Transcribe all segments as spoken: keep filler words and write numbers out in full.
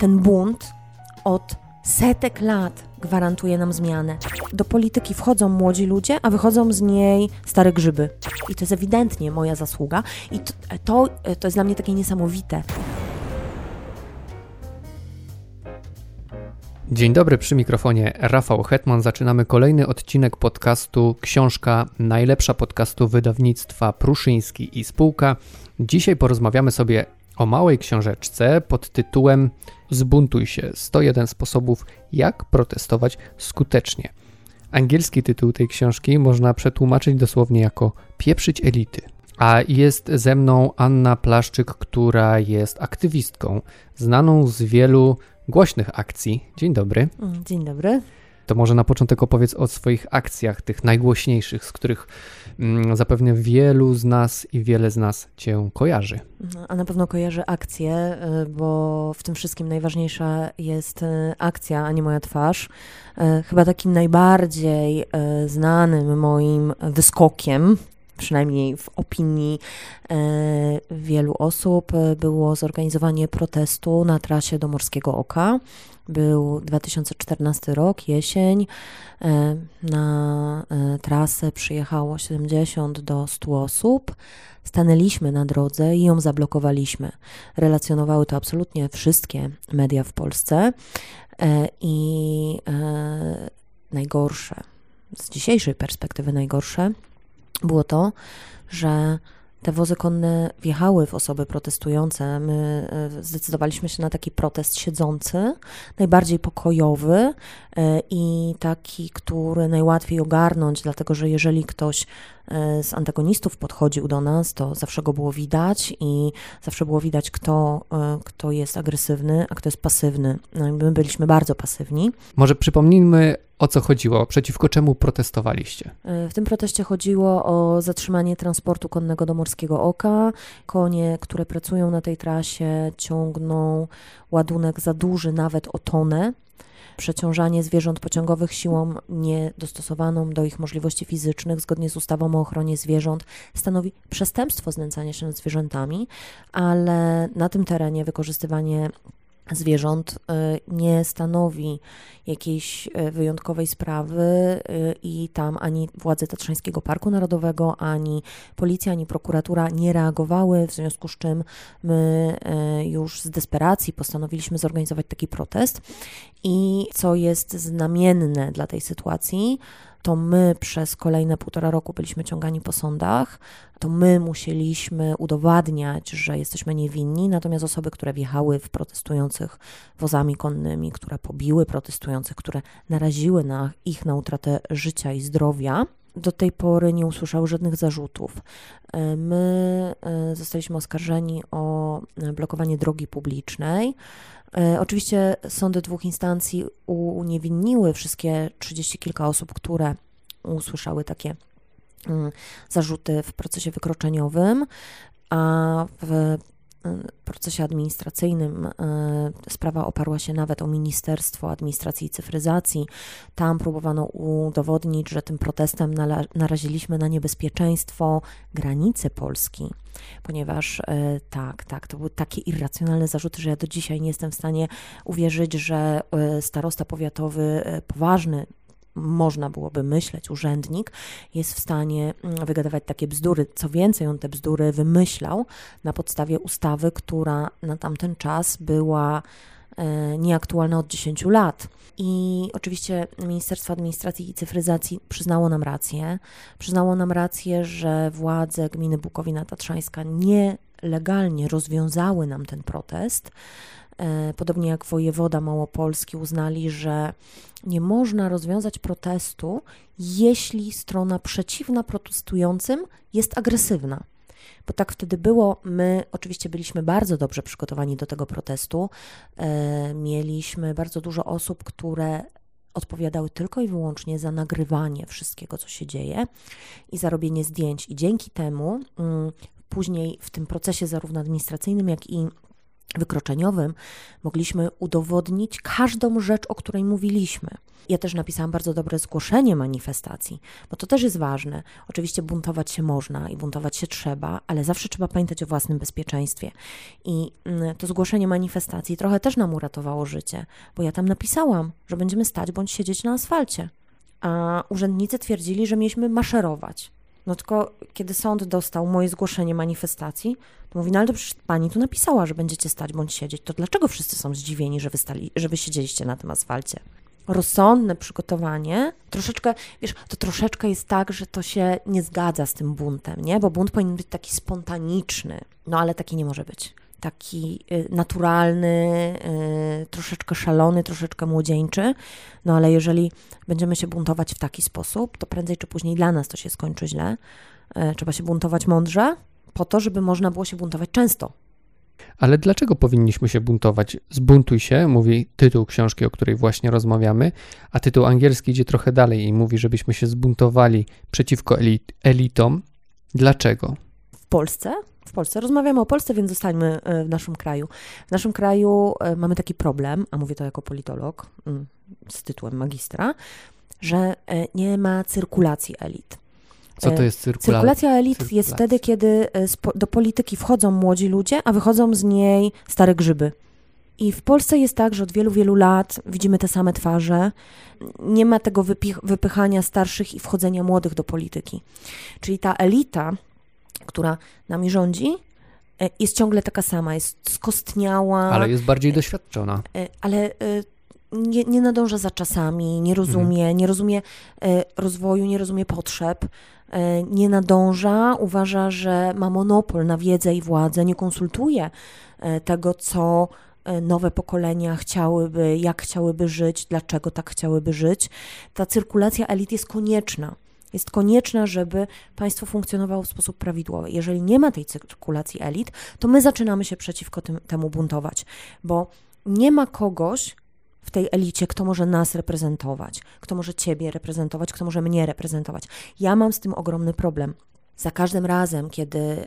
ten bunt od setek lat gwarantuje nam zmianę. Do polityki wchodzą młodzi ludzie, a wychodzą z niej stare grzyby. I to jest ewidentnie moja zasługa. I to, to, to jest dla mnie takie niesamowite. Dzień dobry, przy mikrofonie Rafał Hetman. Zaczynamy kolejny odcinek podcastu Książka, najlepsza podcastu wydawnictwa Pruszyński i Spółka. Dzisiaj porozmawiamy sobie o małej książeczce pod tytułem Zbuntuj się. sto jeden sposobów, jak protestować skutecznie. Angielski tytuł tej książki można przetłumaczyć dosłownie jako Pieprzyć elity. A jest ze mną Anna Plaszczyk, która jest aktywistką, znaną z wielu głośnych akcji. Dzień dobry. Dzień dobry. To może na początek opowiedz o swoich akcjach, tych najgłośniejszych, z których mm, zapewne wielu z nas i wiele z nas Cię kojarzy. A na pewno kojarzy akcję, bo w tym wszystkim najważniejsza jest akcja, a nie moja twarz. Chyba takim najbardziej znanym moim wyskokiem, przynajmniej w opinii e, wielu osób, było zorganizowanie protestu na trasie do Morskiego Oka. Był dwa tysiące czternasty rok, jesień. E, na e, trasę przyjechało siedemdziesiąt do stu osób. Stanęliśmy na drodze i ją zablokowaliśmy. Relacjonowały to absolutnie wszystkie media w Polsce. E, I e, najgorsze, z dzisiejszej perspektywy najgorsze, było to, że te wozy konne wjechały w osoby protestujące. My zdecydowaliśmy się na taki protest siedzący, najbardziej pokojowy i taki, który najłatwiej ogarnąć, dlatego że jeżeli ktoś z antagonistów podchodził do nas, to zawsze go było widać i zawsze było widać, kto, kto jest agresywny, a kto jest pasywny. My byliśmy bardzo pasywni. Może przypomnijmy, o co chodziło, przeciwko czemu protestowaliście? W tym proteście chodziło o zatrzymanie transportu konnego do Morskiego Oka. Konie, które pracują na tej trasie, ciągną ładunek za duży, nawet o tonę. Przeciążanie zwierząt pociągowych siłą niedostosowaną do ich możliwości fizycznych zgodnie z ustawą o ochronie zwierząt stanowi przestępstwo znęcania się nad zwierzętami, ale na tym terenie wykorzystywanie zwierząt nie stanowi jakiejś wyjątkowej sprawy i tam ani władze Tatrzańskiego Parku Narodowego, ani policja, ani prokuratura nie reagowały, w związku z czym my już z desperacji postanowiliśmy zorganizować taki protest. I co jest znamienne dla tej sytuacji, to my przez kolejne półtora roku byliśmy ciągani po sądach, to my musieliśmy udowadniać, że jesteśmy niewinni, natomiast osoby, które wjechały w protestujących wozami konnymi, które pobiły protestujących, które naraziły na ich na utratę życia i zdrowia, do tej pory nie usłyszały żadnych zarzutów. My zostaliśmy oskarżeni o blokowanie drogi publicznej. Oczywiście sądy dwóch instancji uniewinniły wszystkie trzydzieści kilka osób, które usłyszały takie zarzuty w procesie wykroczeniowym, a w procesie administracyjnym sprawa oparła się nawet o Ministerstwo Administracji i Cyfryzacji. Tam próbowano udowodnić, że tym protestem naraziliśmy na niebezpieczeństwo granicy Polski, ponieważ tak, tak, to były takie irracjonalne zarzuty, że ja do dzisiaj nie jestem w stanie uwierzyć, że starosta powiatowy, poważny, można byłoby myśleć, urzędnik jest w stanie wygadywać takie bzdury. Co więcej, on te bzdury wymyślał na podstawie ustawy, która na tamten czas była nieaktualna od dziesięciu lat. I oczywiście Ministerstwo Administracji i Cyfryzacji przyznało nam rację. Przyznało nam rację, że władze gminy Bukowina Tatrzańska nielegalnie rozwiązały nam ten protest. Podobnie jak wojewoda małopolski uznali, że nie można rozwiązać protestu, jeśli strona przeciwna protestującym jest agresywna. Bo tak wtedy było. My oczywiście byliśmy bardzo dobrze przygotowani do tego protestu. Mieliśmy bardzo dużo osób, które odpowiadały tylko i wyłącznie za nagrywanie wszystkiego, co się dzieje i za robienie zdjęć. I dzięki temu później w tym procesie zarówno administracyjnym, jak i wykroczeniowym mogliśmy udowodnić każdą rzecz, o której mówiliśmy. Ja też napisałam bardzo dobre zgłoszenie manifestacji, bo to też jest ważne. Oczywiście buntować się można i buntować się trzeba, ale zawsze trzeba pamiętać o własnym bezpieczeństwie. I to zgłoszenie manifestacji trochę też nam uratowało życie, bo ja tam napisałam, że będziemy stać bądź siedzieć na asfalcie. A urzędnicy twierdzili, że mieliśmy maszerować. No tylko kiedy sąd dostał moje zgłoszenie manifestacji, to mówi, no ale to przecież pani tu napisała, że będziecie stać bądź siedzieć, to dlaczego wszyscy są zdziwieni, że wy, stali, że wy siedzieliście na tym asfalcie? Rozsądne przygotowanie, troszeczkę, wiesz, to troszeczkę jest tak, że to się nie zgadza z tym buntem, nie? Bo bunt powinien być taki spontaniczny, no ale taki nie może być. Taki y, naturalny, y, troszeczkę szalony, troszeczkę młodzieńczy, no ale jeżeli będziemy się buntować w taki sposób, to prędzej czy później dla nas to się skończy źle. Y, trzeba się buntować mądrze, po to, żeby można było się buntować często. Ale dlaczego powinniśmy się buntować? Zbuntuj się, mówi tytuł książki, o której właśnie rozmawiamy, a tytuł angielski idzie trochę dalej i mówi, żebyśmy się zbuntowali przeciwko elit- elitom. Dlaczego? W Polsce? W Polsce. Rozmawiamy o Polsce, więc zostańmy w naszym kraju. W naszym kraju mamy taki problem, a mówię to jako politolog z tytułem magistra, że nie ma cyrkulacji elit. Co to jest cyrkulacja? Cyrkulacja elit cyrkulacja. jest wtedy, kiedy do polityki wchodzą młodzi ludzie, a wychodzą z niej stare grzyby. I w Polsce jest tak, że od wielu, wielu lat widzimy te same twarze. Nie ma tego wypich- wypychania starszych i wchodzenia młodych do polityki. Czyli ta elita, która nami rządzi, jest ciągle taka sama, jest skostniała. Ale jest bardziej doświadczona. Ale nie, nie nadąża za czasami, nie rozumie, mhm. nie rozumie rozwoju, nie rozumie potrzeb, nie nadąża, uważa, że ma monopol na wiedzę i władzę, nie konsultuje tego, co nowe pokolenia chciałyby, jak chciałyby żyć, dlaczego tak chciałyby żyć. Ta cyrkulacja elit jest konieczna. Jest konieczna, żeby państwo funkcjonowało w sposób prawidłowy. Jeżeli nie ma tej cyrkulacji elit, to my zaczynamy się przeciwko tym, temu buntować, bo nie ma kogoś w tej elicie, kto może nas reprezentować, kto może ciebie reprezentować, kto może mnie reprezentować. Ja mam z tym ogromny problem. Za każdym razem, kiedy y,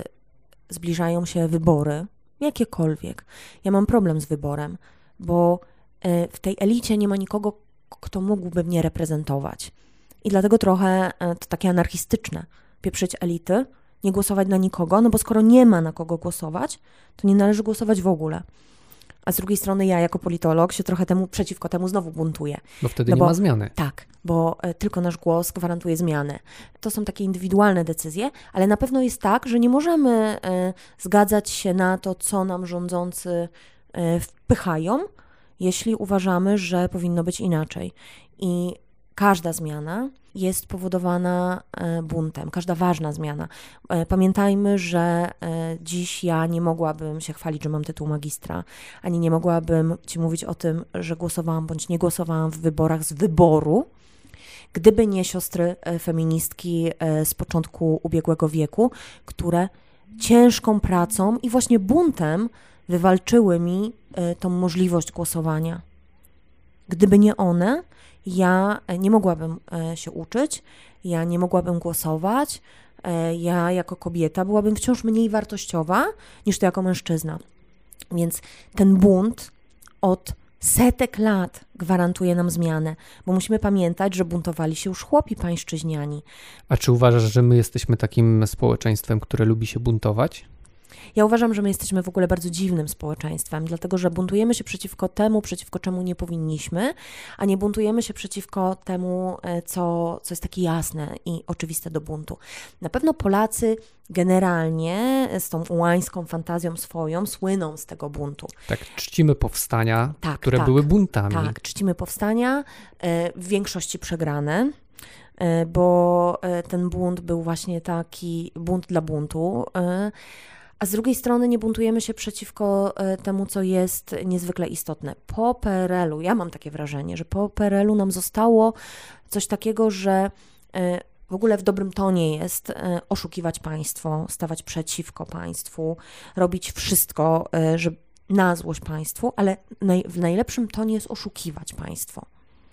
zbliżają się wybory, jakiekolwiek, ja mam problem z wyborem, bo y, w tej elicie nie ma nikogo, kto mógłby mnie reprezentować. I dlatego trochę to takie anarchistyczne, pieprzyć elity, nie głosować na nikogo, no bo skoro nie ma na kogo głosować, to nie należy głosować w ogóle. A z drugiej strony ja jako politolog się trochę temu przeciwko temu znowu buntuję. Bo wtedy no nie bo, ma zmiany. Tak, bo tylko nasz głos gwarantuje zmianę. To są takie indywidualne decyzje, ale na pewno jest tak, że nie możemy y, zgadzać się na to, co nam rządzący y, wpychają, jeśli uważamy, że powinno być inaczej. I każda zmiana jest powodowana buntem, każda ważna zmiana. Pamiętajmy, że dziś ja nie mogłabym się chwalić, że mam tytuł magistra, ani nie mogłabym ci mówić o tym, że głosowałam bądź nie głosowałam w wyborach z wyboru, gdyby nie siostry feministki z początku ubiegłego wieku, które ciężką pracą i właśnie buntem wywalczyły mi tą możliwość głosowania. Gdyby nie one, ja nie mogłabym się uczyć, ja nie mogłabym głosować, ja jako kobieta byłabym wciąż mniej wartościowa niż to jako mężczyzna. Więc ten bunt od setek lat gwarantuje nam zmianę, bo musimy pamiętać, że buntowali się już chłopi pańszczyźniani. A czy uważasz, że my jesteśmy takim społeczeństwem, które lubi się buntować? Ja uważam, że my jesteśmy w ogóle bardzo dziwnym społeczeństwem, dlatego że buntujemy się przeciwko temu, przeciwko czemu nie powinniśmy, a nie buntujemy się przeciwko temu, co, co jest takie jasne i oczywiste do buntu. Na pewno Polacy generalnie z tą ułańską fantazją swoją słyną z tego buntu. Tak, czcimy powstania, tak, które tak, były buntami. Tak, czcimy powstania, w większości przegrane, bo ten bunt był właśnie taki bunt dla buntu, a z drugiej strony nie buntujemy się przeciwko temu, co jest niezwykle istotne. Po P R L u, ja mam takie wrażenie, że po P R L u nam zostało coś takiego, że w ogóle w dobrym tonie jest oszukiwać państwo, stawać przeciwko państwu, robić wszystko, żeby na złość państwu, ale w najlepszym tonie jest oszukiwać państwo.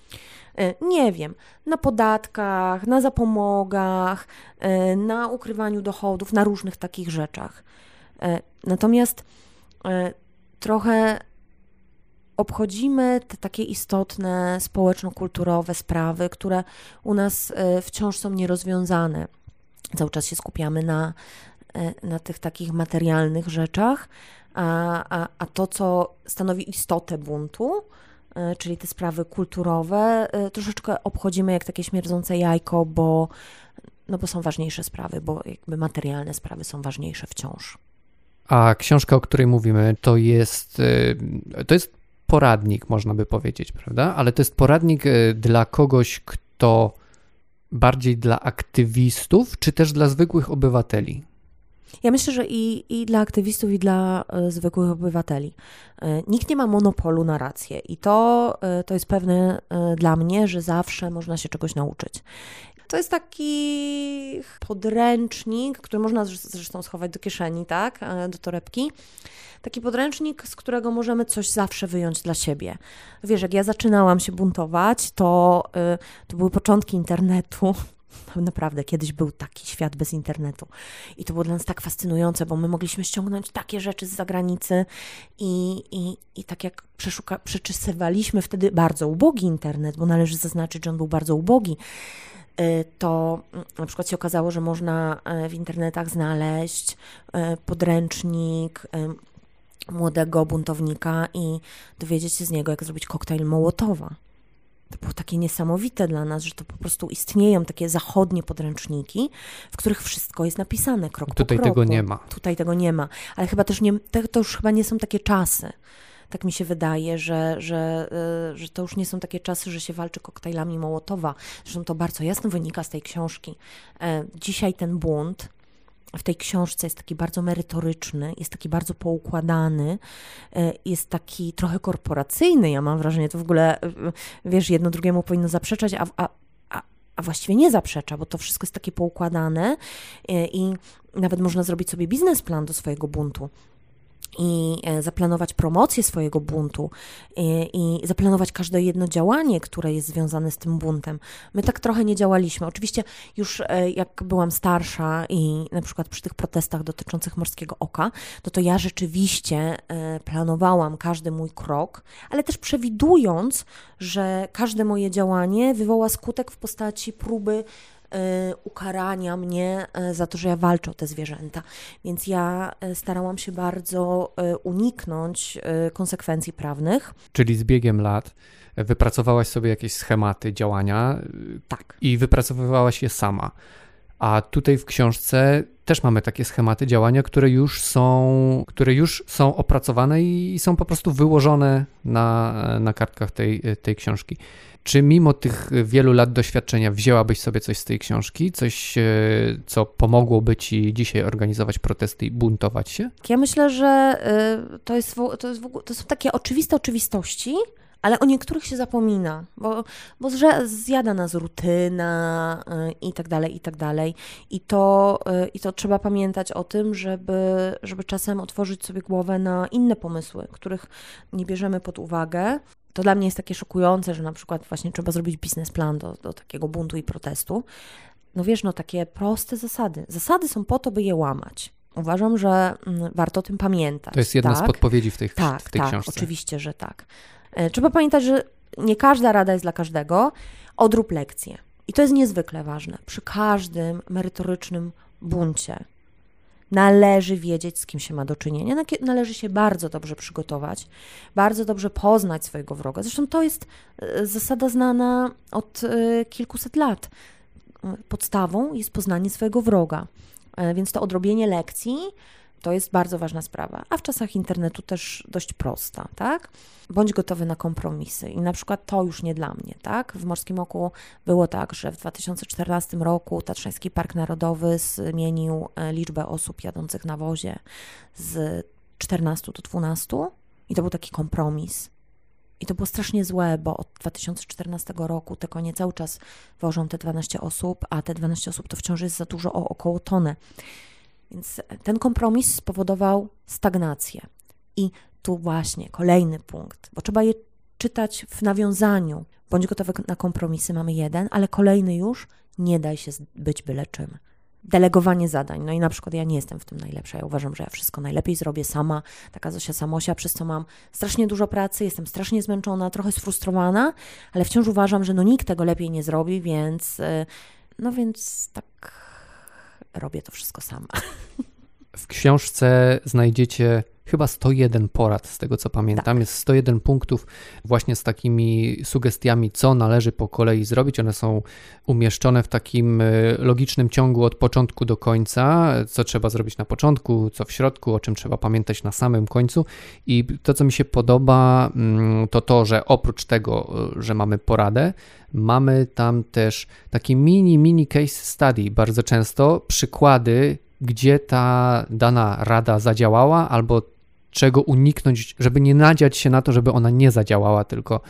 Nie wiem, na podatkach, na zapomogach, na ukrywaniu dochodów, na różnych takich rzeczach. Natomiast trochę obchodzimy te takie istotne społeczno-kulturowe sprawy, które u nas wciąż są nierozwiązane. Cały czas się skupiamy na, na tych takich materialnych rzeczach, a, a, a to, co stanowi istotę buntu, czyli te sprawy kulturowe, troszeczkę obchodzimy jak takie śmierdzące jajko, bo, no bo są ważniejsze sprawy, bo jakby materialne sprawy są ważniejsze wciąż. A książka, o której mówimy, to jest, to jest poradnik, można by powiedzieć, prawda? Ale to jest poradnik dla kogoś, kto bardziej dla aktywistów, czy też dla zwykłych obywateli? Ja myślę, że i, i dla aktywistów, i dla y, zwykłych obywateli. Y, nikt nie ma monopolu na rację i to, y, to jest pewne y, dla mnie, że zawsze można się czegoś nauczyć. To jest taki podręcznik, który można zresztą schować do kieszeni, tak, do torebki. Taki podręcznik, z którego możemy coś zawsze wyjąć dla siebie. Wiesz, jak ja zaczynałam się buntować, to, to były początki internetu. Naprawdę, kiedyś był taki świat bez internetu i to było dla nas tak fascynujące, bo my mogliśmy ściągnąć takie rzeczy z zagranicy i, i, i tak jak przeszuka, przeczysywaliśmy wtedy bardzo ubogi internet, bo należy zaznaczyć, że on był bardzo ubogi, to na przykład się okazało, że można w internetach znaleźć podręcznik młodego buntownika i dowiedzieć się z niego, jak zrobić koktajl Mołotowa. To było takie niesamowite dla nas, że to po prostu istnieją takie zachodnie podręczniki, w których wszystko jest napisane krok po kroku. Tutaj tego nie ma. Tutaj tego nie ma, ale chyba też nie, to już chyba nie są takie czasy. Tak mi się wydaje, że, że, że to już nie są takie czasy, że się walczy koktajlami Mołotowa. Zresztą to bardzo jasno wynika z tej książki. Dzisiaj ten bunt w tej książce jest taki bardzo merytoryczny, jest taki bardzo poukładany, jest taki trochę korporacyjny, ja mam wrażenie, to w ogóle, wiesz, jedno drugiemu powinno zaprzeczać, a, a, a, a właściwie nie zaprzecza, bo to wszystko jest takie poukładane i nawet można zrobić sobie biznesplan do swojego buntu i zaplanować promocję swojego buntu i, i zaplanować każde jedno działanie, które jest związane z tym buntem. My tak trochę nie działaliśmy. Oczywiście już jak byłam starsza i na przykład przy tych protestach dotyczących Morskiego Oka, to to ja rzeczywiście planowałam każdy mój krok, ale też przewidując, że każde moje działanie wywoła skutek w postaci próby ukarania mnie za to, że ja walczę o te zwierzęta. Więc ja starałam się bardzo uniknąć konsekwencji prawnych. Czyli z biegiem lat wypracowałaś sobie jakieś schematy działania. Tak. I wypracowywałaś je sama. A tutaj w książce też mamy takie schematy działania, które już są, które już są opracowane i są po prostu wyłożone na, na kartkach tej, tej książki. Czy mimo tych wielu lat doświadczenia wzięłabyś sobie coś z tej książki? Coś, co pomogłoby ci dzisiaj organizować protesty i buntować się? Ja myślę, że to, jest, to, jest w ogóle, to są takie oczywiste oczywistości, ale o niektórych się zapomina, bo, bo zjada nas rutyna i tak dalej, i tak dalej. I to, i to trzeba pamiętać o tym, żeby, żeby czasem otworzyć sobie głowę na inne pomysły, których nie bierzemy pod uwagę. To dla mnie jest takie szokujące, że na przykład właśnie trzeba zrobić biznesplan do, do takiego buntu i protestu. No wiesz, no takie proste zasady. Zasady są po to, by je łamać. Uważam, że warto o tym pamiętać. To jest jedna tak? z podpowiedzi w tej, tak, w tej tak, książce. Oczywiście, że tak. Trzeba pamiętać, że nie każda rada jest dla każdego. Odrób lekcję. I to jest niezwykle ważne. Przy każdym merytorycznym buncie należy wiedzieć, z kim się ma do czynienia. Należy się bardzo dobrze przygotować, bardzo dobrze poznać swojego wroga. Zresztą to jest zasada znana od kilkuset lat. Podstawą jest poznanie swojego wroga. Więc to odrobienie lekcji to jest bardzo ważna sprawa, a w czasach internetu też dość prosta, tak? Bądź gotowy na kompromisy i na przykład to już nie dla mnie, tak? W Morskim Oku było tak, że w dwa tysiące czternastym roku Tatrzański Park Narodowy zmienił liczbę osób jadących na wozie z czternastu do dwunastu i to był taki kompromis. I to było strasznie złe, bo od dwa tysiące czternastego roku te konie cały czas wożą te dwanaście osób, a te dwanaście osób to wciąż jest za dużo, o około tonę. Więc ten kompromis spowodował stagnację. I tu właśnie kolejny punkt, bo trzeba je czytać w nawiązaniu. Bądź gotowy na kompromisy, mamy jeden, ale kolejny już, nie daj się być byle czym. delegowanie zadań. No i na przykład ja nie jestem w tym najlepsza. Ja uważam, że ja wszystko najlepiej zrobię sama, taka Zosia Samosia, przez co mam strasznie dużo pracy, jestem strasznie zmęczona, trochę sfrustrowana, ale wciąż uważam, że no nikt tego lepiej nie zrobi, więc no więc tak robię to wszystko sama. W książce znajdziecie chyba sto jeden porad, z tego co pamiętam. Tak. Jest sto jeden punktów właśnie z takimi sugestiami, co należy po kolei zrobić. One są umieszczone w takim logicznym ciągu od początku do końca, co trzeba zrobić na początku, co w środku, o czym trzeba pamiętać na samym końcu. I to, co mi się podoba, to to, że oprócz tego, że mamy poradę, mamy tam też taki mini, mini case study, bardzo często przykłady, gdzie ta dana rada zadziałała, albo czego uniknąć, żeby nie nadziać się na to, żeby ona nie zadziałała, tylko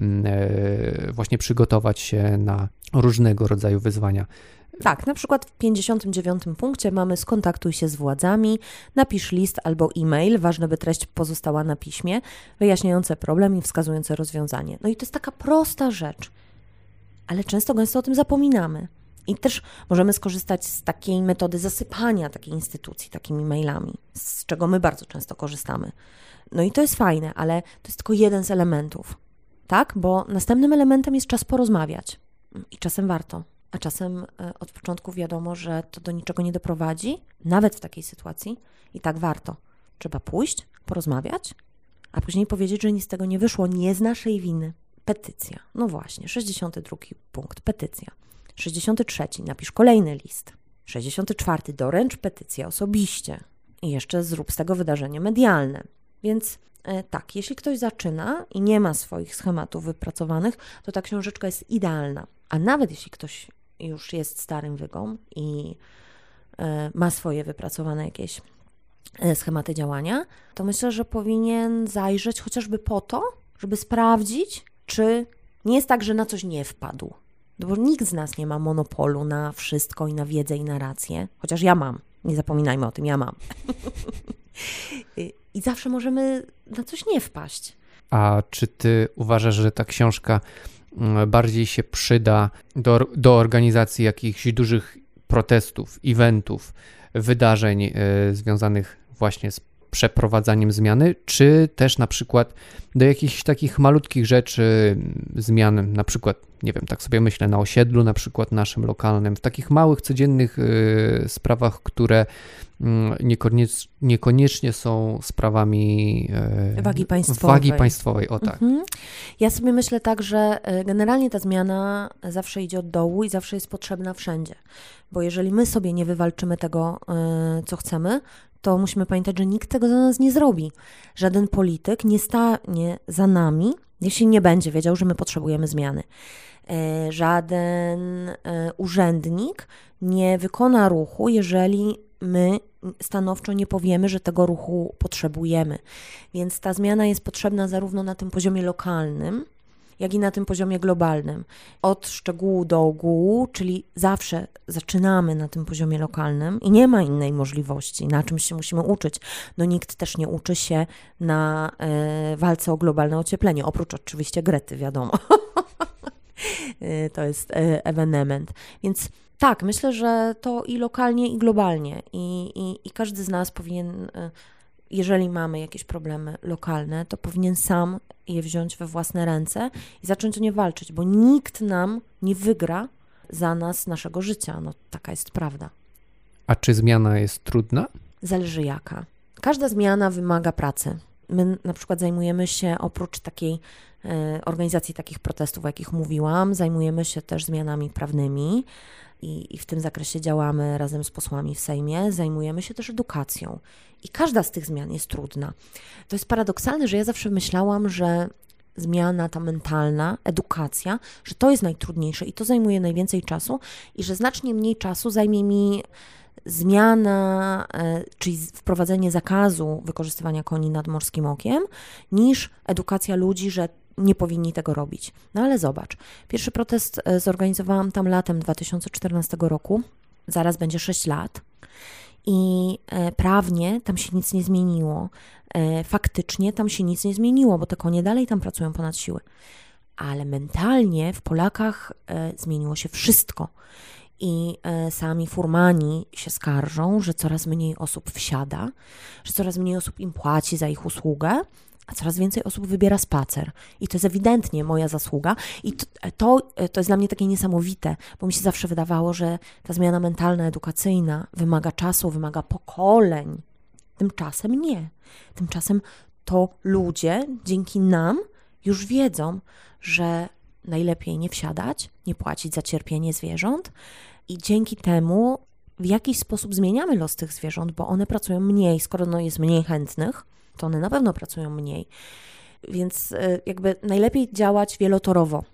yy, właśnie przygotować się na różnego rodzaju wyzwania. Tak, na przykład w pięćdziesiątym dziewiątym punkcie mamy skontaktuj się z władzami, napisz list albo e-mail, ważne by treść pozostała na piśmie, wyjaśniające problem i wskazujące rozwiązanie. No i to jest taka prosta rzecz, ale często gęsto o tym zapominamy. I też możemy skorzystać z takiej metody zasypania takiej instytucji takimi mailami, z czego my bardzo często korzystamy. No i to jest fajne, ale to jest tylko jeden z elementów, tak? Bo następnym elementem jest czas porozmawiać i czasem warto, a czasem od początku wiadomo, że to do niczego nie doprowadzi, nawet w takiej sytuacji i tak warto. Trzeba pójść, porozmawiać, a później powiedzieć, że nic z tego nie wyszło, nie z naszej winy. Petycja, no właśnie, sześćdziesiąty drugi punkt, petycja. sześćdziesiąty trzeci napisz kolejny list. sześćdziesiąty czwarty doręcz petycję osobiście. I jeszcze zrób z tego wydarzenie medialne. Więc e, tak, jeśli ktoś zaczyna i nie ma swoich schematów wypracowanych, to ta książeczka jest idealna. A nawet jeśli ktoś już jest starym wygą i e, ma swoje wypracowane jakieś e, schematy działania, to myślę, że powinien zajrzeć chociażby po to, żeby sprawdzić, czy nie jest tak, że na coś nie wpadł. Bo nikt z nas nie ma monopolu na wszystko i na wiedzę i na rację. Chociaż ja mam. Nie zapominajmy o tym, ja mam. I zawsze możemy na coś nie wpaść. A czy ty uważasz, że ta książka bardziej się przyda do, do organizacji jakichś dużych protestów, eventów, wydarzeń y, związanych właśnie z przeprowadzaniem zmiany, czy też na przykład do jakichś takich malutkich rzeczy, zmian, na przykład, nie wiem, tak sobie myślę, na osiedlu, na przykład naszym lokalnym, w takich małych, codziennych y, sprawach, które y, niekoniecz, niekoniecznie są sprawami y, wagi państwowej. Wagi państwowej, o tak. Mhm. Ja sobie myślę tak, że generalnie ta zmiana zawsze idzie od dołu i zawsze jest potrzebna wszędzie, bo jeżeli my sobie nie wywalczymy tego, y, co chcemy, to musimy pamiętać, że nikt tego za nas nie zrobi. Żaden polityk nie stanie za nami, jeśli nie będzie wiedział, że my potrzebujemy zmiany. E, żaden e, urzędnik nie wykona ruchu, jeżeli my stanowczo nie powiemy, że tego ruchu potrzebujemy. Więc ta zmiana jest potrzebna zarówno na tym poziomie lokalnym, jak i na tym poziomie globalnym. Od szczegółu do ogółu, czyli zawsze zaczynamy na tym poziomie lokalnym i nie ma innej możliwości, na czymś się musimy uczyć. No nikt też nie uczy się na e, walce o globalne ocieplenie, oprócz oczywiście Grety, wiadomo. To jest e, ewenement. Więc tak, myślę, że to i lokalnie, i globalnie. I, i, i każdy z nas powinien... E, jeżeli mamy jakieś problemy lokalne, to powinien sam je wziąć we własne ręce i zacząć o nie walczyć, bo nikt nam nie wygra za nas naszego życia. No taka jest prawda. A czy zmiana jest trudna? Zależy jaka. Każda zmiana wymaga pracy. My na przykład zajmujemy się oprócz takiej e, organizacji takich protestów, o jakich mówiłam, zajmujemy się też zmianami prawnymi. I, I w tym zakresie działamy razem z posłami w Sejmie, zajmujemy się też edukacją. I każda z tych zmian jest trudna. To jest paradoksalne, że ja zawsze myślałam, że zmiana ta mentalna, edukacja, że to jest najtrudniejsze i to zajmuje najwięcej czasu i że znacznie mniej czasu zajmie mi zmiana, czyli wprowadzenie zakazu wykorzystywania koni nad morskim okiem, niż edukacja ludzi, że nie powinni tego robić. No ale zobacz, pierwszy protest zorganizowałam tam latem dwa tysiące czternastego roku, zaraz będzie sześć lat i prawnie tam się nic nie zmieniło, faktycznie tam się nic nie zmieniło, bo te konie dalej tam pracują ponad siły, ale mentalnie w Polakach zmieniło się wszystko i sami furmani się skarżą, że coraz mniej osób wsiada, że coraz mniej osób im płaci za ich usługę, a coraz więcej osób wybiera spacer. I to jest ewidentnie moja zasługa. I to, to, to jest dla mnie takie niesamowite, bo mi się zawsze wydawało, że ta zmiana mentalna, edukacyjna wymaga czasu, wymaga pokoleń. Tymczasem nie. Tymczasem to ludzie dzięki nam już wiedzą, że najlepiej nie wsiadać, nie płacić za cierpienie zwierząt i dzięki temu w jakiś sposób zmieniamy los tych zwierząt, bo one pracują mniej, skoro no jest mniej chętnych, to one na pewno pracują mniej. Więc jakby najlepiej działać wielotorowo,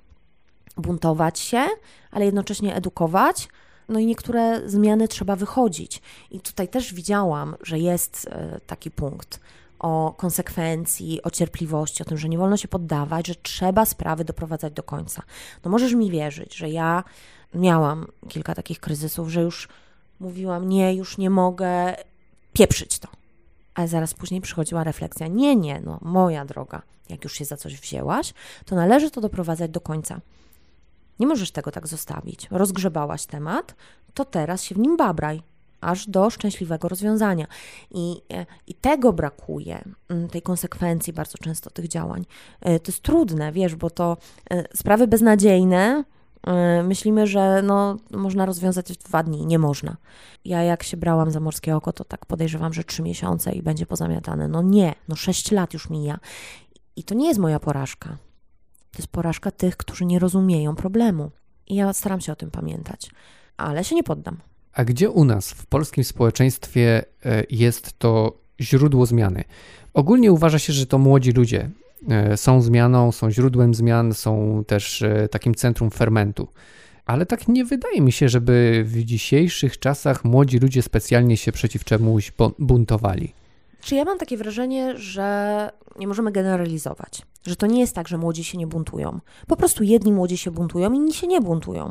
buntować się, ale jednocześnie edukować, no i niektóre zmiany trzeba wychodzić. I tutaj też widziałam, że jest taki punkt o konsekwencji, o cierpliwości, o tym, że nie wolno się poddawać, że trzeba sprawy doprowadzać do końca. No możesz mi wierzyć, że ja miałam kilka takich kryzysów, że już mówiłam, nie, już nie mogę pieprzyć to. Ale zaraz później przychodziła refleksja, nie, nie, no moja droga, jak już się za coś wzięłaś, to należy to doprowadzać do końca. Nie możesz tego tak zostawić. Rozgrzebałaś temat, to teraz się w nim babraj, aż do szczęśliwego rozwiązania. I, i tego brakuje, tej konsekwencji bardzo często tych działań. To jest trudne, wiesz, bo to sprawy beznadziejne, myślimy, że no, można rozwiązać w dwa dni. Nie można. Ja jak się brałam za morskie oko, to tak podejrzewam, że trzy miesiące i będzie pozamiatane. No nie, no sześć lat już mija. I to nie jest moja porażka. To jest porażka tych, którzy nie rozumieją problemu. I ja staram się o tym pamiętać. Ale się nie poddam. A gdzie u nas, w polskim społeczeństwie, jest to źródło zmiany? Ogólnie uważa się, że to młodzi ludzie są zmianą, są źródłem zmian, są też takim centrum fermentu. Ale tak nie wydaje mi się, żeby w dzisiejszych czasach młodzi ludzie specjalnie się przeciw czemuś buntowali. Czy ja mam takie wrażenie, że nie możemy generalizować, że to nie jest tak, że młodzi się nie buntują. Po prostu jedni młodzi się buntują, inni się nie buntują.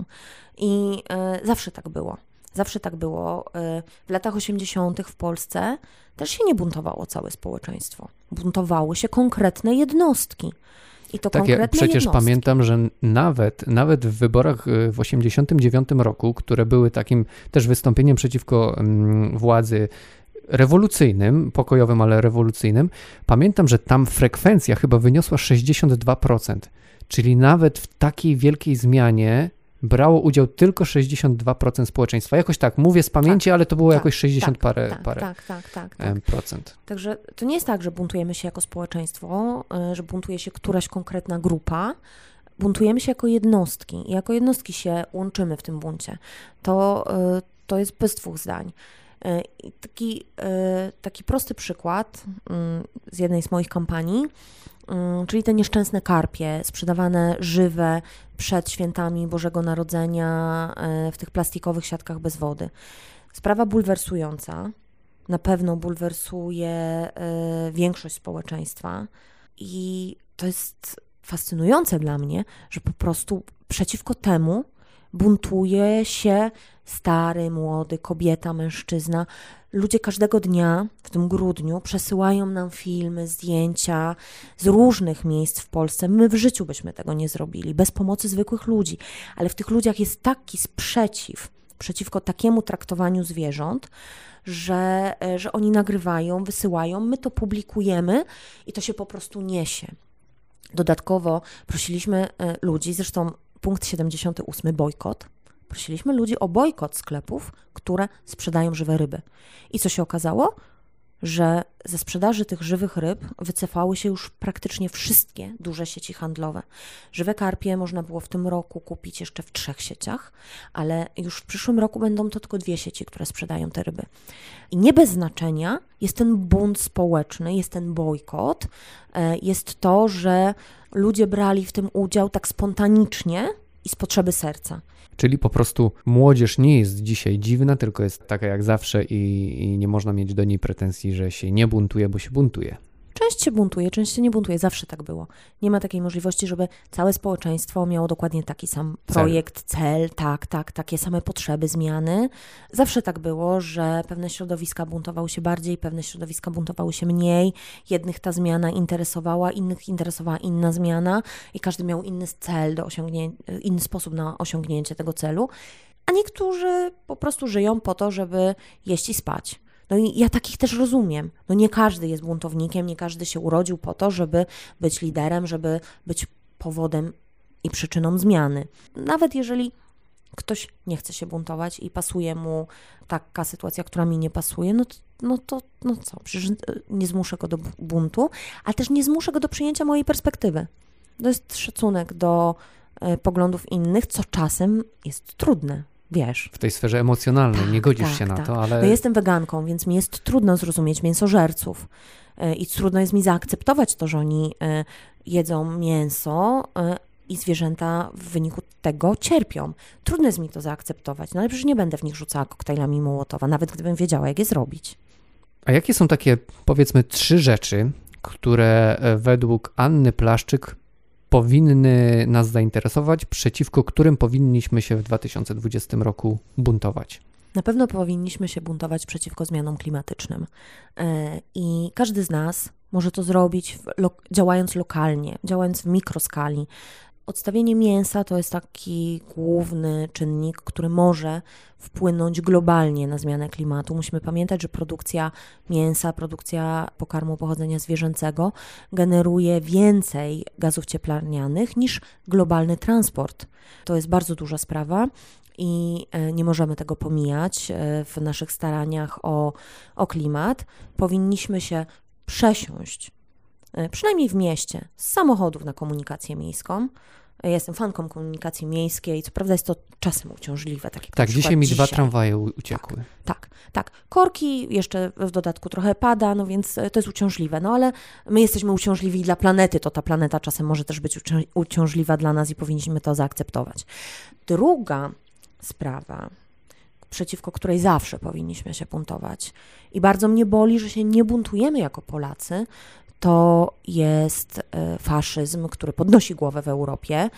I y, zawsze tak było. Zawsze tak było. Y, w latach osiemdziesiątych w Polsce też się nie buntowało całe społeczeństwo. Buntowały się konkretne jednostki. I to tak, konkretne ja przecież jednostki. Pamiętam, że nawet, nawet w wyborach w osiemdziesiątym dziewiątym roku, które były takim też wystąpieniem przeciwko mm, władzy rewolucyjnym, pokojowym, ale rewolucyjnym, pamiętam, że tam frekwencja chyba wyniosła sześćdziesiąt dwa procent, czyli nawet w takiej wielkiej zmianie brało udział tylko sześćdziesiąt dwa procent społeczeństwa. Jakoś tak, mówię z pamięci, tak, ale to było tak, jakoś sześćdziesiąt tak, parę, tak, parę tak, tak, tak, tak. procent. Także to nie jest tak, że buntujemy się jako społeczeństwo, że buntuje się któraś konkretna grupa, buntujemy się jako jednostki i jako jednostki się łączymy w tym buncie. To, to jest bez dwóch zdań. I taki, taki prosty przykład z jednej z moich kampanii, czyli te nieszczęsne karpie sprzedawane żywe przed świętami Bożego Narodzenia w tych plastikowych siatkach bez wody. Sprawa bulwersująca, na pewno bulwersuje większość społeczeństwa i to jest fascynujące dla mnie, że po prostu przeciwko temu buntuje się stary, młody, kobieta, mężczyzna. Ludzie każdego dnia w tym grudniu przesyłają nam filmy, zdjęcia z różnych miejsc w Polsce. My w życiu byśmy tego nie zrobili, bez pomocy zwykłych ludzi. Ale w tych ludziach jest taki sprzeciw przeciwko takiemu traktowaniu zwierząt, że, że oni nagrywają, wysyłają, my to publikujemy i to się po prostu niesie. Dodatkowo prosiliśmy ludzi, zresztą punkt siedemdziesiąty ósmy, bojkot. Prosiliśmy ludzi o bojkot sklepów, które sprzedają żywe ryby. I co się okazało? Że ze sprzedaży tych żywych ryb wycofały się już praktycznie wszystkie duże sieci handlowe. Żywe karpie można było w tym roku kupić jeszcze w trzech sieciach, ale już w przyszłym roku będą to tylko dwie sieci, które sprzedają te ryby. I nie bez znaczenia jest ten bunt społeczny, jest ten bojkot, jest to, że ludzie brali w tym udział tak spontanicznie i z potrzeby serca. Czyli po prostu młodzież nie jest dzisiaj dziwna, tylko jest taka jak zawsze i, i nie można mieć do niej pretensji, że się nie buntuje, bo się buntuje. Część się buntuje, część się nie buntuje. Zawsze tak było. Nie ma takiej możliwości, żeby całe społeczeństwo miało dokładnie taki sam projekt, cel, cel tak, tak, takie same potrzeby, zmiany. Zawsze tak było, że pewne środowiska buntowały się bardziej, pewne środowiska buntowały się mniej. Jednych ta zmiana interesowała, innych interesowała inna zmiana i każdy miał inny cel do osiągnięcia, inny sposób na osiągnięcie tego celu. A niektórzy po prostu żyją po to, żeby jeść i spać. No i ja takich też rozumiem. No nie każdy jest buntownikiem, nie każdy się urodził po to, żeby być liderem, żeby być powodem i przyczyną zmiany. Nawet jeżeli ktoś nie chce się buntować i pasuje mu taka sytuacja, która mi nie pasuje, no to, no to no co, przecież nie zmuszę go do buntu, ale też nie zmuszę go do przyjęcia mojej perspektywy. To jest szacunek do y, poglądów innych, co czasem jest trudne. Wiesz. W tej sferze emocjonalnej tak, nie godzisz tak, się na tak. to, ale... No jestem weganką, więc mi jest trudno zrozumieć mięsożerców i trudno jest mi zaakceptować to, że oni jedzą mięso i zwierzęta w wyniku tego cierpią. Trudno jest mi to zaakceptować, no ale przecież nie będę w nich rzucała koktajlami Mołotowa, nawet gdybym wiedziała, jak je zrobić. A jakie są takie, powiedzmy, trzy rzeczy, które według Anny Plaszczyk powinny nas zainteresować, przeciwko którym powinniśmy się w dwa tysiące dwudziestym roku buntować? Na pewno powinniśmy się buntować przeciwko zmianom klimatycznym. I każdy z nas może to zrobić lo- działając lokalnie, działając w mikroskali. Odstawienie mięsa to jest taki główny czynnik, który może wpłynąć globalnie na zmianę klimatu. Musimy pamiętać, że produkcja mięsa, produkcja pokarmu pochodzenia zwierzęcego generuje więcej gazów cieplarnianych niż globalny transport. To jest bardzo duża sprawa i nie możemy tego pomijać w naszych staraniach o, o klimat. Powinniśmy się przesiąść, przynajmniej w mieście, z samochodów na komunikację miejską. Ja jestem fanką komunikacji miejskiej, co prawda jest to czasem uciążliwe. Tak, jak tak dzisiaj mi dzisiaj. dwa tramwaje uciekły. Tak, tak, tak. Korki, jeszcze w dodatku trochę pada, no więc to jest uciążliwe. No ale my jesteśmy uciążliwi dla planety, to ta planeta czasem może też być ucią- uciążliwa dla nas i powinniśmy to zaakceptować. Druga sprawa, przeciwko której zawsze powinniśmy się buntować i bardzo mnie boli, że się nie buntujemy jako Polacy, to jest faszyzm, który podnosi głowę w Europie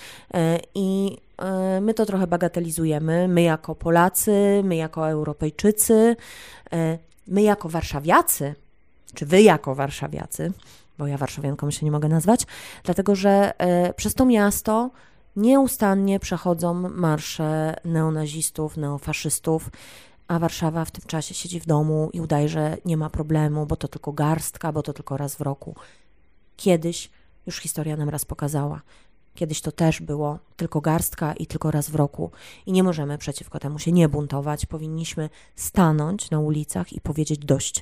i my to trochę bagatelizujemy. My jako Polacy, my jako Europejczycy, my jako warszawiacy, czy wy jako warszawiacy, bo ja warszawianką się nie mogę nazwać, dlatego że przez to miasto nieustannie przechodzą marsze neonazistów, neofaszystów, a Warszawa w tym czasie siedzi w domu i udaje, że nie ma problemu, bo to tylko garstka, bo to tylko raz w roku. Kiedyś, już historia nam raz pokazała, kiedyś to też było tylko garstka i tylko raz w roku i nie możemy przeciwko temu się nie buntować. Powinniśmy stanąć na ulicach i powiedzieć dość.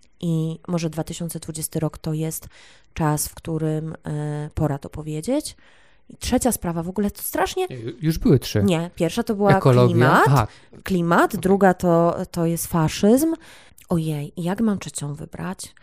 I może dwa tysiące dwudziesty rok to jest czas, w którym y, pora to powiedzieć. I trzecia sprawa, w ogóle to strasznie... Już były trzy. Nie, pierwsza to była Ekologia. klimat, Aha. klimat, okay. Druga to, to jest faszyzm. Ojej, jak mam trzecią wybrać?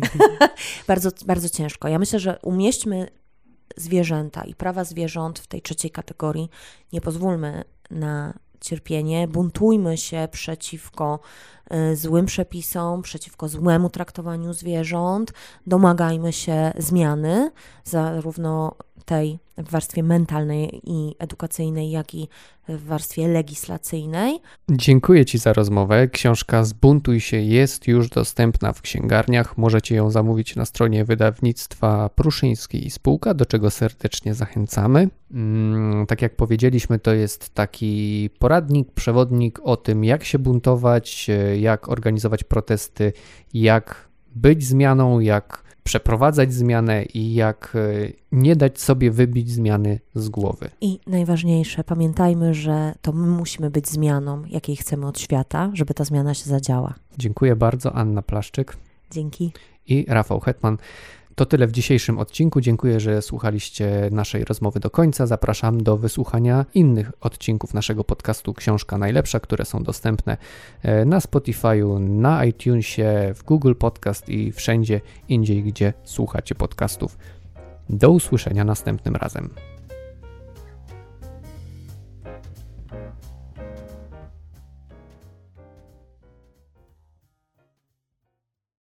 bardzo, bardzo ciężko. Ja myślę, że umieśćmy zwierzęta i prawa zwierząt w tej trzeciej kategorii. Nie pozwólmy na cierpienie, buntujmy się przeciwko y, złym przepisom, przeciwko złemu traktowaniu zwierząt, domagajmy się zmiany, zarówno tej w warstwie mentalnej i edukacyjnej, jak i w warstwie legislacyjnej. Dziękuję Ci za rozmowę. Książka Zbuntuj się jest już dostępna w księgarniach. Możecie ją zamówić na stronie wydawnictwa Pruszyński i Spółka, do czego serdecznie zachęcamy. Hmm, tak jak powiedzieliśmy, to jest taki poradnik, przewodnik o tym, jak się buntować, jak organizować protesty, jak być zmianą, jak przeprowadzać zmianę i jak nie dać sobie wybić zmiany z głowy. I najważniejsze, pamiętajmy, że to my musimy być zmianą, jakiej chcemy od świata, żeby ta zmiana się zadziała. Dziękuję bardzo, Anna Plaszczyk. Dzięki. I Rafał Hetman. To tyle w dzisiejszym odcinku. Dziękuję, że słuchaliście naszej rozmowy do końca. Zapraszam do wysłuchania innych odcinków naszego podcastu Książka Najlepsza, które są dostępne na Spotify'u, na iTunesie, w Google Podcast i wszędzie indziej, gdzie słuchacie podcastów. Do usłyszenia następnym razem.